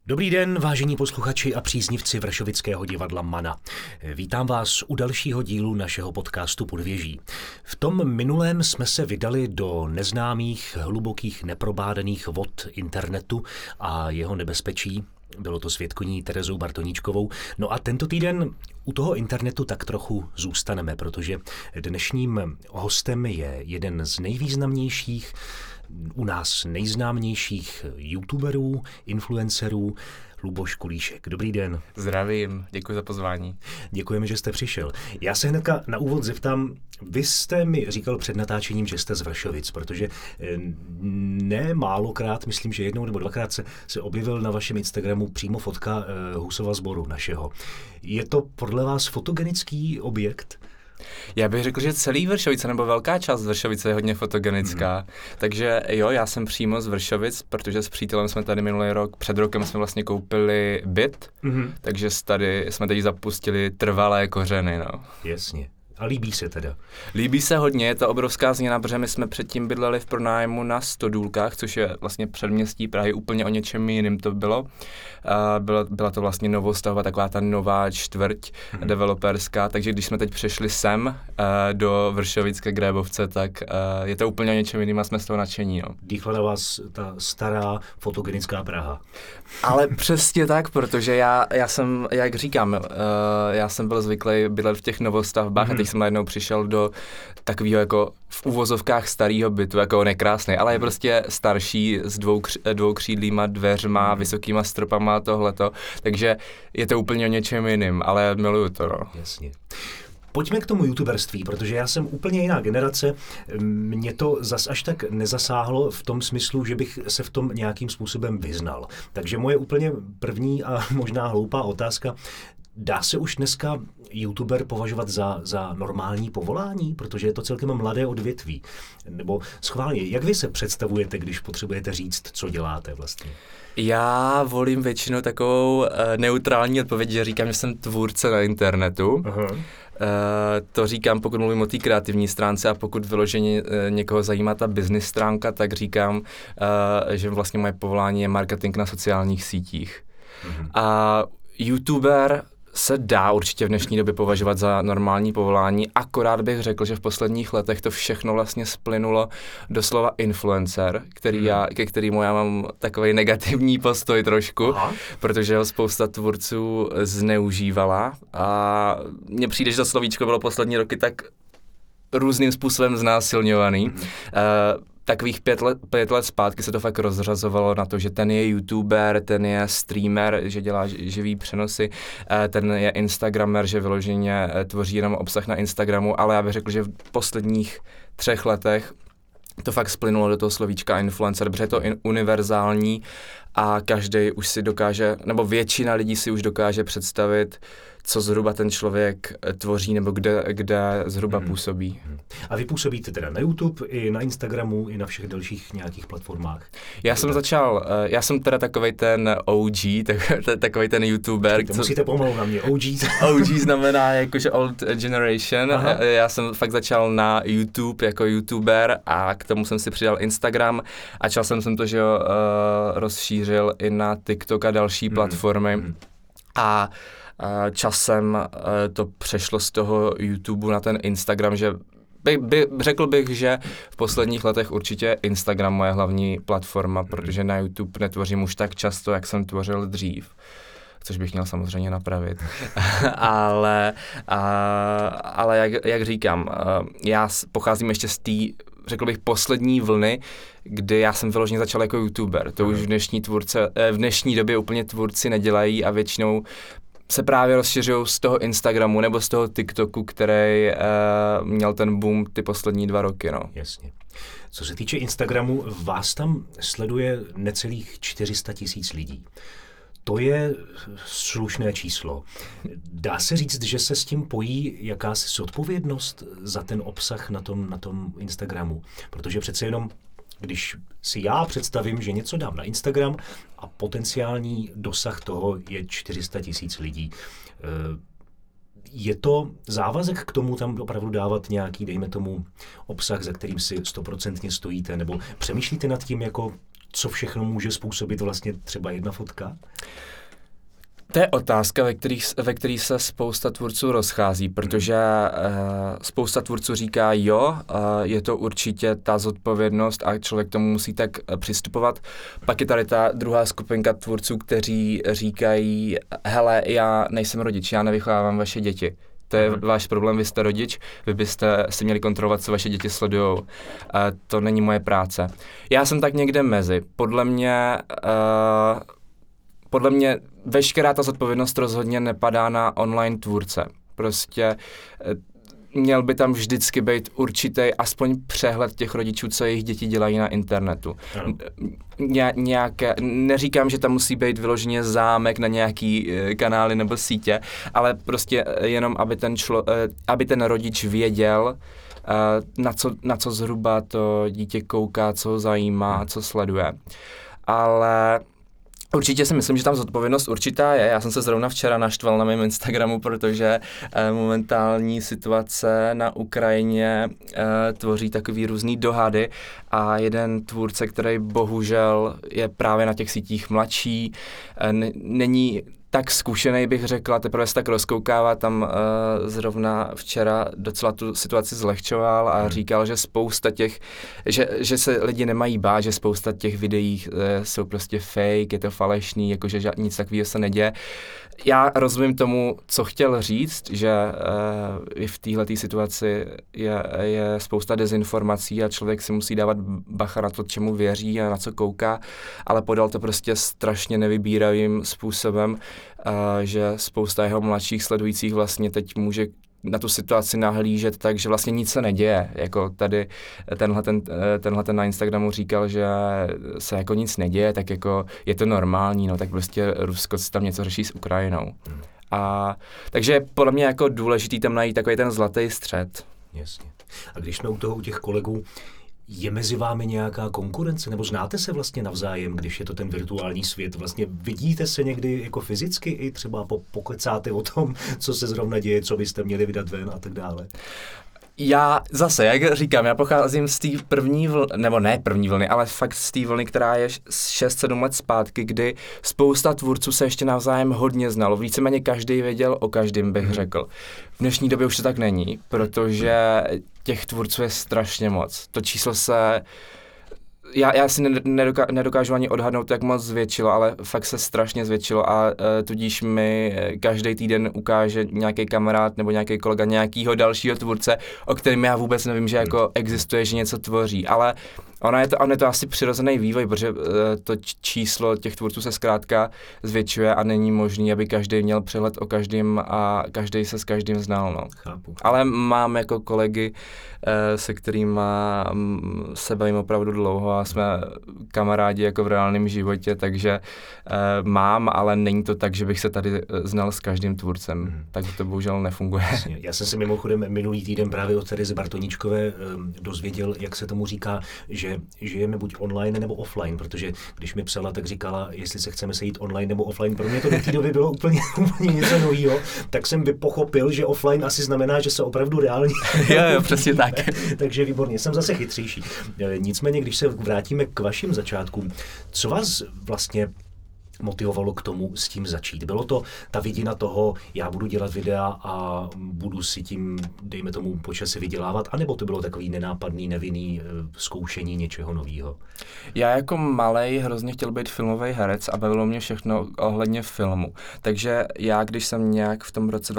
Dobrý den, vážení posluchači a příznivci Vršovického divadla Mana. Vítám vás u dalšího dílu našeho podcastu Podvěží. V tom minulém jsme se vydali do neznámých, hlubokých, neprobádaných vod internetu a jeho nebezpečí. Bylo to s vědkyní Terezou Bartoníčkovou. No a tento týden u toho internetu tak trochu zůstaneme, protože dnešním hostem je jeden z nejvýznamnějších, u nás nejznámějších youtuberů, influencerů, Luboš Kulíšek. Dobrý den. Zdravím, děkuji za pozvání. Děkujeme, že jste přišel. Já se hnedka na úvod zeptám, vy jste mi říkal před natáčením, že jste z Vršovic, protože ne málokrát, myslím, že jednou nebo dvakrát se objevil na vašem Instagramu přímo fotka Husova sboru našeho. Je to podle vás fotogenický objekt? Já bych řekl, že celý Vršovice nebo velká část Vršovice je hodně fotogenická. Takže jo, já jsem přímo z Vršovic, protože s přítelem jsme tady minulý rok, před rokem jsme vlastně koupili byt, takže tady jsme teď zapustili trvalé kořeny. No. Jasně. A líbí se teda? Líbí se hodně, je to obrovská změna, protože my jsme předtím bydleli v pronájmu na Stodůlkách, což je vlastně předměstí Prahy, úplně o něčem jiným to bylo. Byla to vlastně novostavba, taková ta nová čtvrť developerská, takže když jsme teď přešli sem do Vršovické Grébovce, tak je to úplně o něčem jiným a jsme z toho nadšení. No. Dýchla na vás ta stará fotogenická Praha. Ale přesně tak, protože já jsem, jak říkám, já jsem byl zvyklý bydlet v těch novostavbách a teď jsem najednou přišel do takového jako v uvozovkách starého bytu, jako on je krásný, ale je prostě starší s dvoukřídlýma dveřma, vysokýma stropama a tohleto, takže je to úplně o něčem jiným, ale miluju to, no. Jasně. Pojďme k tomu youtuberství, protože já jsem úplně jiná generace, mě to zas až tak nezasáhlo v tom smyslu, že bych se v tom nějakým způsobem vyznal. Takže moje úplně první a možná hloupá otázka, dá se už dneska youtuber považovat za normální povolání, protože je to celkem mladé odvětví? Nebo schválně, jak vy se představujete, když potřebujete říct, co děláte vlastně? Já volím většinou takovou neutrální odpověď, že říkám, že jsem tvůrce na internetu. To říkám, pokud mluvím o té kreativní stránce a pokud vyloženě někoho zajímá ta business stránka, tak říkám, že vlastně moje povolání je marketing na sociálních sítích. A youtuber se dá určitě v dnešní době považovat za normální povolání, akorát bych řekl, že v posledních letech to všechno vlastně splynulo do slova influencer, ke kterému já mám takový negativní postoj trošku, protože ho spousta tvůrců zneužívala a mně přijde, že to slovíčko bylo poslední roky tak různým způsobem znásilňovaný. Takových 5 let zpátky se to fakt rozřazovalo na to, že ten je youtuber, ten je streamer, že dělá živý přenosy, ten je instagramer, že vyloženě tvoří jenom obsah na Instagramu, ale já bych řekl, že v posledních 3 letech to fakt splynulo do toho slovíčka influencer, protože je to univerzální a každý už si dokáže, nebo většina lidí si už dokáže představit, co zhruba ten člověk tvoří nebo kde zhruba působí. A vy působíte teda na YouTube, i na Instagramu, i na všech dalších nějakých platformách? Já jsem teda takovej ten OG, takovej ten YouTuber. Musíte pomalu na mě, OG. OG znamená jakože old generation. Aha. Já jsem fakt začal na YouTube jako YouTuber a k tomu jsem si přidal Instagram a časem jsem to, že rozšířil i na TikTok a další platformy. A časem to přešlo z toho YouTube na ten Instagram, že řekl bych, že v posledních letech určitě Instagram moje hlavní platforma, protože na YouTube netvořím už tak často, jak jsem tvořil dřív, což bych měl samozřejmě napravit. ale jak říkám, já pocházím ještě z té, řekl bych, poslední vlny, kdy já jsem vyloženě začal jako YouTuber. To už v dnešní době úplně tvůrci nedělají a většinou se právě rozšiřují z toho Instagramu nebo z toho TikToku, který měl ten boom ty poslední 2 roky. No. Jasně. Co se týče Instagramu, vás tam sleduje necelých 400 000 lidí. To je slušné číslo. Dá se říct, že se s tím pojí jakási zodpovědnost za ten obsah na tom Instagramu? Protože přece jenom, když si já představím, že něco dám na Instagram a potenciální dosah toho je 400 000 lidí, je to závazek k tomu tam opravdu dávat nějaký, dejme tomu, obsah, za kterým si 100% stojíte, nebo přemýšlíte nad tím, jako co všechno může způsobit vlastně třeba jedna fotka? To je otázka, ve který se spousta tvůrců rozchází, protože spousta tvůrců říká jo, je to určitě ta zodpovědnost a člověk k tomu musí tak přistupovat. Pak je tady ta druhá skupinka tvůrců, kteří říkají, hele, já nejsem rodič, já nevychovávám vaše děti. To je váš problém, vy jste rodič, vy byste si měli kontrolovat, co vaše děti sledujou. To není moje práce. Já jsem tak někde mezi. Podle mě veškerá ta zodpovědnost rozhodně nepadá na online tvůrce. Prostě měl by tam vždycky být určitý aspoň přehled těch rodičů, co jejich děti dělají na internetu. Neříkám, že tam musí být vyloženě zámek na nějaký kanály nebo sítě, ale prostě jenom, aby ten rodič věděl, na co zhruba to dítě kouká, co ho zajímá, co sleduje. Ale určitě si myslím, že tam zodpovědnost určitá je. Já jsem se zrovna včera naštval na mém Instagramu, protože momentální situace na Ukrajině tvoří takový různý dohady a jeden tvůrce, který bohužel je právě na těch sítích mladší, není tak zkušený, bych řekla, teprve se tak rozkoukává, tam zrovna včera docela tu situaci zlehčoval a říkal, že spousta těch, že se lidi nemají bát, že spousta těch videí jsou prostě fake, je to falešný, jakože nic takového se neděje. Já rozumím tomu, co chtěl říct, že i v téhletý situaci je spousta dezinformací a člověk si musí dávat bacha na to, čemu věří a na co kouká, ale podal to prostě strašně nevybíravým způsobem, že spousta jeho mladších sledujících vlastně teď může na tu situaci nahlížet tak, že vlastně nic se neděje. Jako tady tenhle na Instagramu říkal, že se jako nic neděje, tak jako je to normální, no tak prostě Rusko si tam něco řeší s Ukrajinou. Takže podle mě jako důležitý tam najít takový ten zlatý střed. Jasně. A když jsme u těch kolegů, je mezi vámi nějaká konkurence, nebo znáte se vlastně navzájem, když je to ten virtuální svět? Vlastně vidíte se někdy jako fyzicky i třeba pokecáte o tom, co se zrovna děje, co byste měli vydat ven a tak dále? Já zase, jak říkám, já pocházím z té první vlny, nebo ne první vlny, ale fakt z té vlny, která je 6-7 let zpátky, kdy spousta tvůrců se ještě navzájem hodně znalo. Víceméně každý věděl o každém, bych řekl. V dnešní době už to tak není, protože těch tvůrců je strašně moc. To číslo se... Já si nedokážu ani odhadnout, jak moc zvětšilo, ale fakt se strašně zvětšilo a tudíž mi každý týden ukáže nějaký kamarád nebo nějaký kolega nějakýho dalšího tvůrce, o kterém já vůbec nevím, že jako existuje, že něco tvoří, ale on je to asi přirozený vývoj, protože to číslo těch tvůrců se zkrátka zvětšuje a není možný, aby každý měl přehled o každém a každý se s každým znal. No. Chápu. Ale mám jako kolegy, se kterými se bavím opravdu dlouho a jsme kamarádi jako v reálném životě, takže mám, ale není to tak, že bych se tady znal s každým tvůrcem. Tak to bohužel nefunguje. Já jsem si mimochodem minulý týden právě od Terezy Bartoníčkové dozvěděl, jak se tomu říká, že žijeme buď online nebo offline, protože když mi psala, tak říkala, jestli se chceme sejít online nebo offline. Pro mě to do té doby bylo úplně něco nového, tak jsem pochopil, že offline asi znamená, že se opravdu reálně... jo, přesně tak. Takže výborně, jsem zase chytřejší. Nicméně, když se vrátíme k vašim začátkům, co vás vlastně motivovalo k tomu s tím začít? Bylo to ta vidina toho, já budu dělat videa a budu si tím, dejme tomu, po čase vydělávat, anebo to bylo takový nenápadný, nevinný zkoušení něčeho nového? Já jako malej hrozně chtěl být filmový herec a bavilo mě všechno ohledně filmu. Takže já, když jsem nějak v tom roce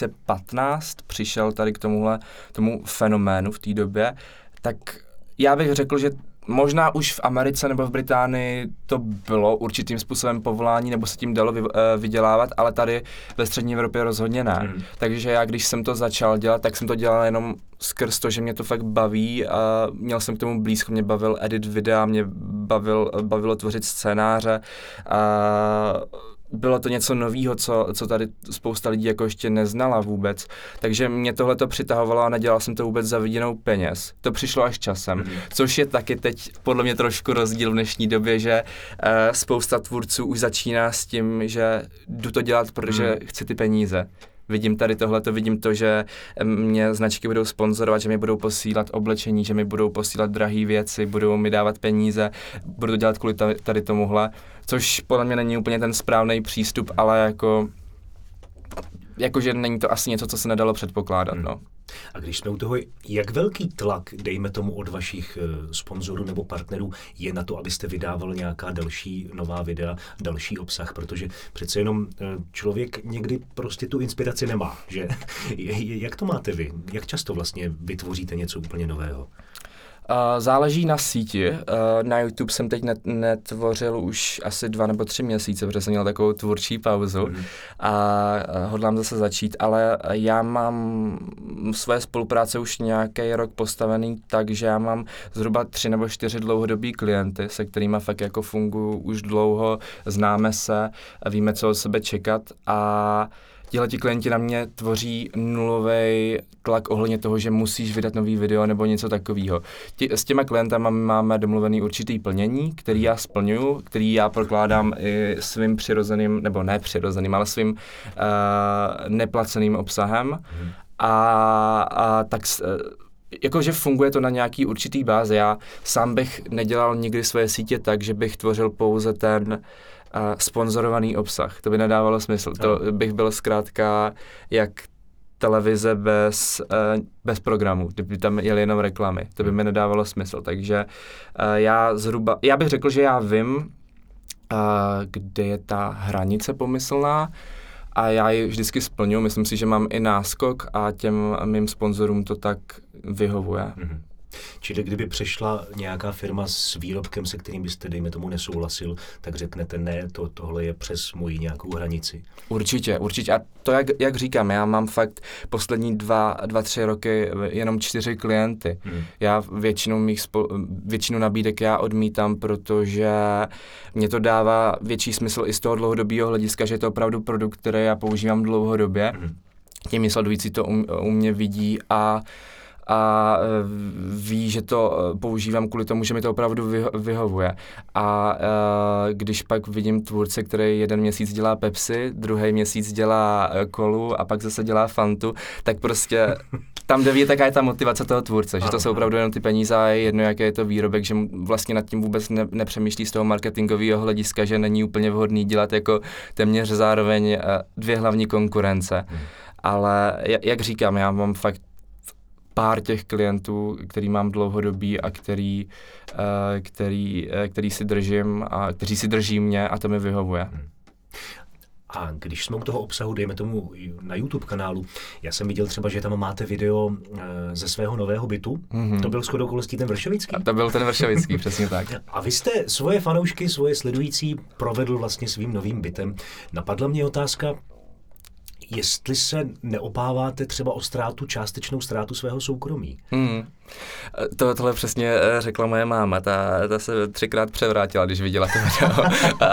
2015 přišel tady k tomu fenoménu v té době, tak já bych řekl, že možná už v Americe nebo v Británii to bylo určitým způsobem povolání, nebo se tím dalo vydělávat, ale tady ve střední Evropě rozhodně ne. Takže já, když jsem to začal dělat, tak jsem to dělal jenom skrz to, že mě to fakt baví a měl jsem k tomu blízko, mě bavil edit videa, mě bavilo tvořit scénáře a bylo to něco nového, co tady spousta lidí jako ještě neznala vůbec. Takže mě tohle to přitahovalo a nedělal jsem to vůbec za viděnou peněz. To přišlo až časem, což je taky teď podle mě trošku rozdíl v dnešní době, že spousta tvůrců už začíná s tím, že jdu to dělat, protože chci ty peníze. vidím tady tohleto, vidím to, že mě značky budou sponzorovat, že mi budou posílat oblečení, že mi budou posílat drahé věci, budou mi dávat peníze, budu dělat kvůli tady tomuhle, což podle mě není úplně ten správný přístup, ale jakože není to asi něco, co se nedalo předpokládat, no. A když jsme u toho, jak velký tlak, dejme tomu od vašich sponzorů nebo partnerů, je na to, abyste vydával nějaká další nová videa, další obsah, protože přece jenom člověk někdy prostě tu inspiraci nemá, že? Jak to máte vy? Jak často vlastně vytvoříte něco úplně nového? Záleží na síti. Na YouTube jsem teď netvořil už asi 2 nebo 3 měsíce, protože jsem měl takovou tvůrčí pauzu a hodlám zase začít, ale já mám své spolupráce už nějaký rok postavený, takže já mám zhruba 3 nebo 4 dlouhodobí klienty, se kterými fakt jako funguji už dlouho, známe se, víme, co od sebe čekat a tihleti klienti na mě tvoří nulový tlak ohledně toho, že musíš vydat nový video nebo něco takového. S těma klientama máme domluvený určitý plnění, který já splňuju, který já prokládám i svým přirozeným, nebo ne přirozeným, ale svým neplaceným obsahem. A tak jakože funguje to na nějaký určitý bázi. Já sám bych nedělal nikdy své sítě tak, že bych tvořil pouze ten sponzorovaný obsah. To by nedávalo smysl. To bych byl zkrátka jak televize bez programu, kdyby tam jeli jenom reklamy. To by mi nedávalo smysl. Takže já bych řekl, že já vím, kde je ta hranice pomyslná a já ji vždycky splňuji. Myslím si, že mám i náskok a těm mým sponzorům to tak vyhovuje. Mm-hmm. Čili kdyby přešla nějaká firma s výrobkem, se kterým byste, dejme tomu, nesouhlasil, tak řeknete ne, tohle je přes moji nějakou hranici. Určitě. A to, jak říkám, já mám fakt poslední 2-3 roky jenom 4 klienty. Já většinu nabídek já odmítám, protože mě to dává větší smysl i z toho dlouhodobého hlediska, že je to opravdu produkt, který já používám dlouhodobě. Těmi sledující to u mě vidí a ví, že to používám kvůli tomu, že mi to opravdu vyhovuje. A když pak vidím tvůrce, který jeden měsíc dělá Pepsi, druhý měsíc dělá Kolu a pak zase dělá Fantu, tak prostě tam jde vidět, jaká je ta motivace toho tvůrce, že to jsou opravdu jenom ty peníze a je jedno, jaký je to výrobek, že vlastně nad tím vůbec nepřemýšlí z toho marketingového hlediska, že není úplně vhodný dělat jako téměř zároveň 2 hlavní konkurence. Ale jak říkám, já mám fakt pár těch klientů, který mám dlouhodobý a který si držím a kteří si drží mě a to mi vyhovuje. A když jsme u toho obsahu, dejme tomu na YouTube kanálu, já jsem viděl třeba, že tam máte video ze svého nového bytu. To byl shodou okolností ten Vršovický? A to byl ten Vršovický, přesně tak. A vy jste svoje fanoušky, svoje sledující provedl vlastně svým novým bytem. Napadla mě otázka, jestli se neobáváte třeba o částečnou ztrátu svého soukromí. Tohle přesně řekla moje máma, ta se 3krát převrátila, když viděla to video.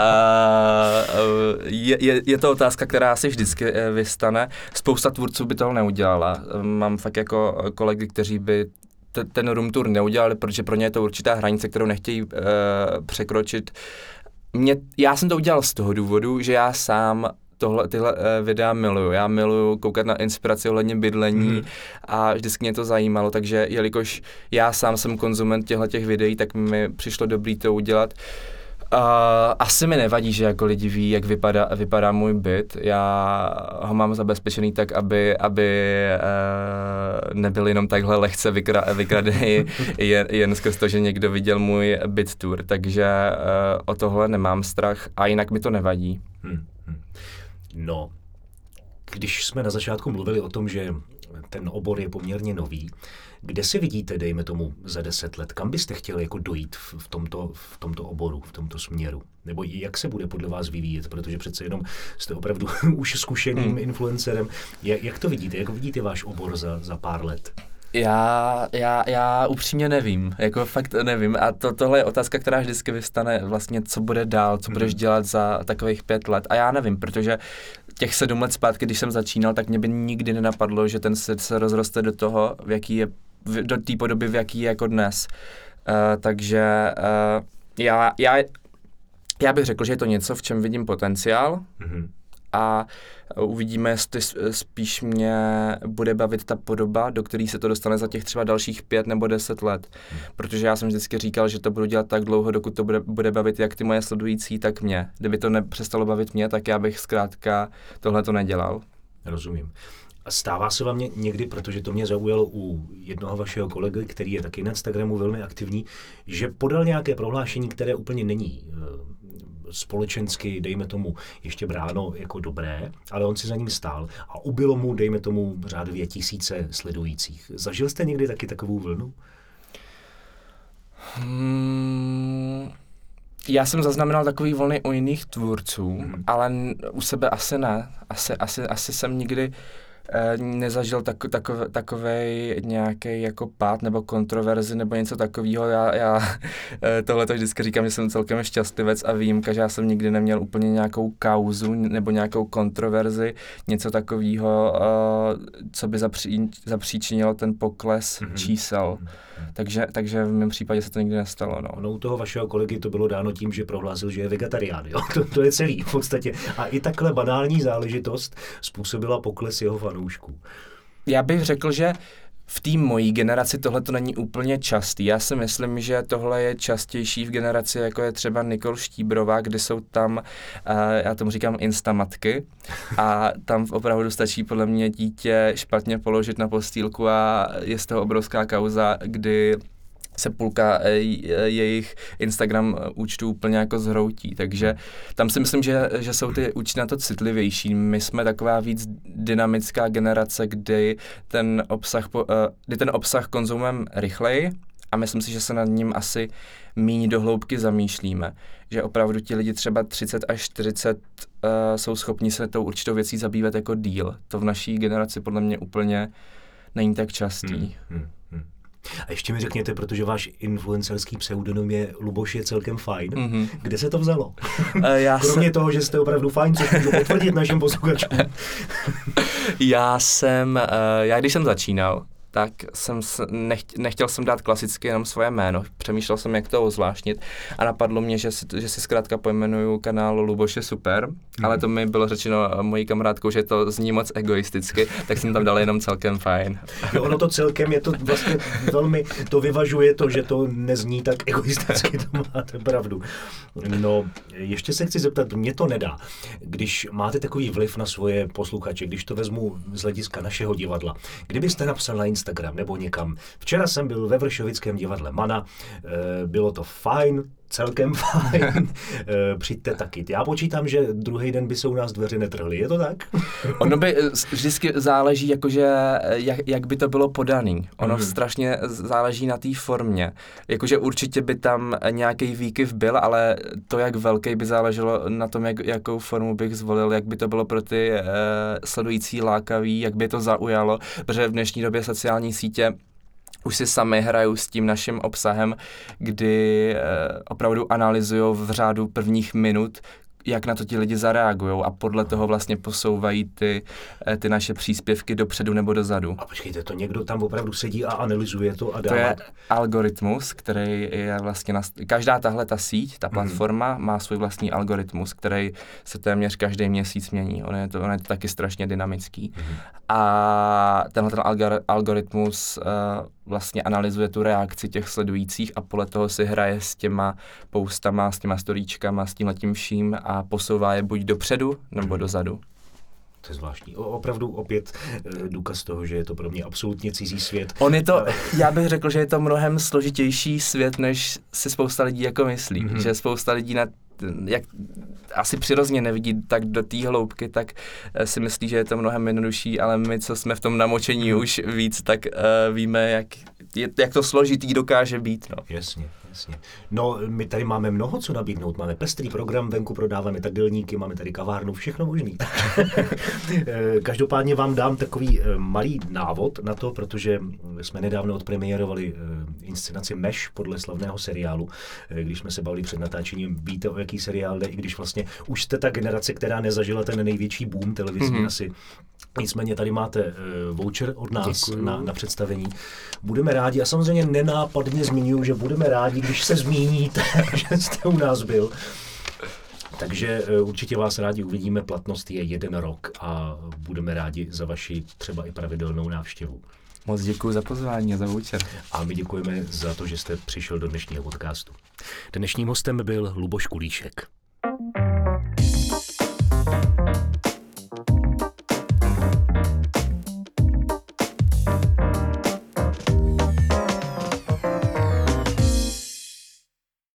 Je to otázka, která si vždycky vystane. Spousta tvůrců by toho neudělala. Mám fakt jako kolegy, kteří by ten room tour neudělali, protože pro ně je to určitá hranice, kterou nechtějí překročit. Já jsem to udělal z toho důvodu, že já sám tyhle videa miluju. Já miluju koukat na inspiraci ohledně bydlení a vždycky mě to zajímalo, takže jelikož já sám jsem konzument těch videí, tak mi přišlo dobrý to udělat. Asi mi nevadí, že jako lidi ví, jak vypadá můj byt. Já ho mám zabezpečený tak, aby nebyl jenom takhle lehce vykradený jen skrz to, že někdo viděl můj byt tour. Takže o tohle nemám strach a jinak mi to nevadí. No, když jsme na začátku mluvili o tom, že ten obor je poměrně nový, kde se vidíte, dejme tomu, za 10 let? Kam byste chtěli jako dojít v tomto oboru, v tomto směru? Nebo jak se bude podle vás vyvíjet? Protože přece jenom jste opravdu už zkušeným influencerem. Jak to vidíte? Jak vidíte váš obor za pár let? Já upřímně nevím, jako fakt nevím a tohle je otázka, která vždycky vystane vlastně, co bude dál, co budeš dělat za takových 5 let a já nevím, protože těch 7 let zpátky, když jsem začínal, tak mě by nikdy nenapadlo, že ten svět se rozroste do toho, do té podoby, v jaký je jako dnes. Takže já bych řekl, že je to něco, v čem vidím potenciál, a uvidíme, jestli spíš mě bude bavit ta podoba, do které se to dostane za těch třeba dalších 5 nebo 10 let. Protože já jsem vždycky říkal, že to budu dělat tak dlouho, dokud to bude bavit jak ty moje sledující, tak mě. Kdyby to nepřestalo bavit mě, tak já bych zkrátka tohle to nedělal. Rozumím. A stává se vám někdy, protože to mě zaujalo u jednoho vašeho kolegy, který je taky na Instagramu velmi aktivní, že podal nějaké prohlášení, které úplně není společensky, dejme tomu, ještě bráno jako dobré, ale on si za ním stál a ubylo mu, dejme tomu, řádově 1000 sledujících. Zažil jste někdy taky takovou vlnu? Já jsem zaznamenal takový vlny u jiných tvůrců, ale u sebe asi ne. Asi jsem nikdy nezažil takovej nějaký jako pád nebo kontroverzi nebo něco takového. Já tohle to vždycky říkám, že jsem celkem šťastlivec a výjimka, že já jsem nikdy neměl úplně nějakou kauzu nebo nějakou kontroverzi, něco takového, co by zapříčinilo ten pokles čísel. Takže v mém případě se to nikdy nestalo. No, u toho vašeho kolegy to bylo dáno tím, že prohlásil, že je vegetarián. Jo? To je celý v podstatě. A i takhle banální záležitost způsobila pokles jeho fanoušků. Já bych řekl, že v té mojí generaci tohle to není úplně častý. Já si myslím, že tohle je častější v generaci, jako je třeba Nikol Štíbrová, kde jsou tam, já tomu říkám instamatky, a tam opravdu stačí podle mě dítě špatně položit na postýlku a je z toho obrovská kauza, kdy se půlka jejich Instagram účtů úplně jako zhroutí, takže tam si myslím, že jsou ty účty na to citlivější. My jsme taková víc dynamická generace, kdy ten obsah konzumujeme rychleji a myslím si, že se nad ním asi míň do hloubky zamýšlíme. Že opravdu ti lidi třeba 30 až 40 jsou schopni se tou určitou věcí zabývat jako díl. To v naší generaci podle mě úplně není tak častý. A ještě mi řekněte, protože váš influencerský pseudonym je Luboš je celkem fajn. Kde se to vzalo? Kromě toho, že jste opravdu fajn, co můžu potvrdit našim posluchačům. Já když jsem začínal, tak nechtěl jsem dát klasicky jenom svoje jméno. Přemýšlel jsem, jak to ozvláštnit a napadlo mě, že si zkrátka pojmenuju kanál Luboš je super, ale to mi bylo řečeno mojí kamarádkou, že to zní moc egoisticky, tak jsem tam dal jenom celkem fajn. Jo, ono to celkem je to vlastně velmi, to vyvažuje to, že to nezní tak egoisticky, to máte pravdu. No, ještě se chci zeptat, mě to nedá, když máte takový vliv na svoje posluchače, když to vezmu z hlediska našeho divadla. Kdybyste napsal na Instagram nebo někam. Včera jsem byl ve Vršovickém divadle Mana, bylo to fajn, celkem fajn, přijďte taky. Já počítám, že druhý den by se u nás dveře netrhly, je to tak? Ono by vždycky záleží, jakože, jak by to bylo podaný. Ono strašně záleží na té formě. Jakože určitě by tam nějaký výkyv byl, ale to, jak velký, by záleželo na tom, jakou formu bych zvolil, jak by to bylo pro ty sledující lákavý, jak by to zaujalo, protože v dnešní době sociální sítě už si sami hrajou s tím naším obsahem, kdy opravdu analyzujou v řádu prvních minut, jak na to ti lidi zareagujou a podle toho vlastně posouvají ty naše příspěvky dopředu nebo dozadu. A počkejte, to někdo tam opravdu sedí a analyzuje to a dává. To je algoritmus, který je vlastně, každá tahle ta síť, ta platforma má svůj vlastní algoritmus, který se téměř každý měsíc mění. On je to taky strašně dynamický. A tenhle algoritmus vlastně analyzuje tu reakci těch sledujících a podle toho si hraje s těma postama, s těma storíčkama, s tímhletím vším a posouvá je buď dopředu nebo dozadu. To je zvláštní. Opravdu opět důkaz toho, že je to pro mě absolutně cizí svět. Já bych řekl, že je to mnohem složitější svět, než si spousta lidí jako myslí. Že spousta lidí jak asi přirozeně nevidí tak do té hloubky, tak si myslí, že je to mnohem jednodušší, ale my, co jsme v tom namočení už víc, tak víme, jak to složitý dokáže být. No. Jasně. No, my tady máme mnoho co nabídnout. Máme pestrý program, venku prodáváme tadelníky, máme tady kavárnu, všechno možný. Každopádně vám dám takový malý návod na to, protože jsme nedávno odpremiérovali inscenaci Meš podle slavného seriálu. Když jsme se bavili před natáčením, víte, o jaký seriál jde, i když vlastně už jste ta generace, která nezažila ten největší boom televizní asi. Nicméně tady máte voucher od nás na představení. Budeme rádi a samozřejmě nenápadně zmiňuji, že budeme rádi, když se zmíníte, že jste u nás byl. Takže určitě vás rádi uvidíme, platnost je 1 rok a budeme rádi za vaši třeba i pravidelnou návštěvu. Moc děkuji za pozvání a za voucher. A my děkujeme za to, že jste přišel do dnešního podcastu. Dnešním hostem byl Luboš Kulíšek.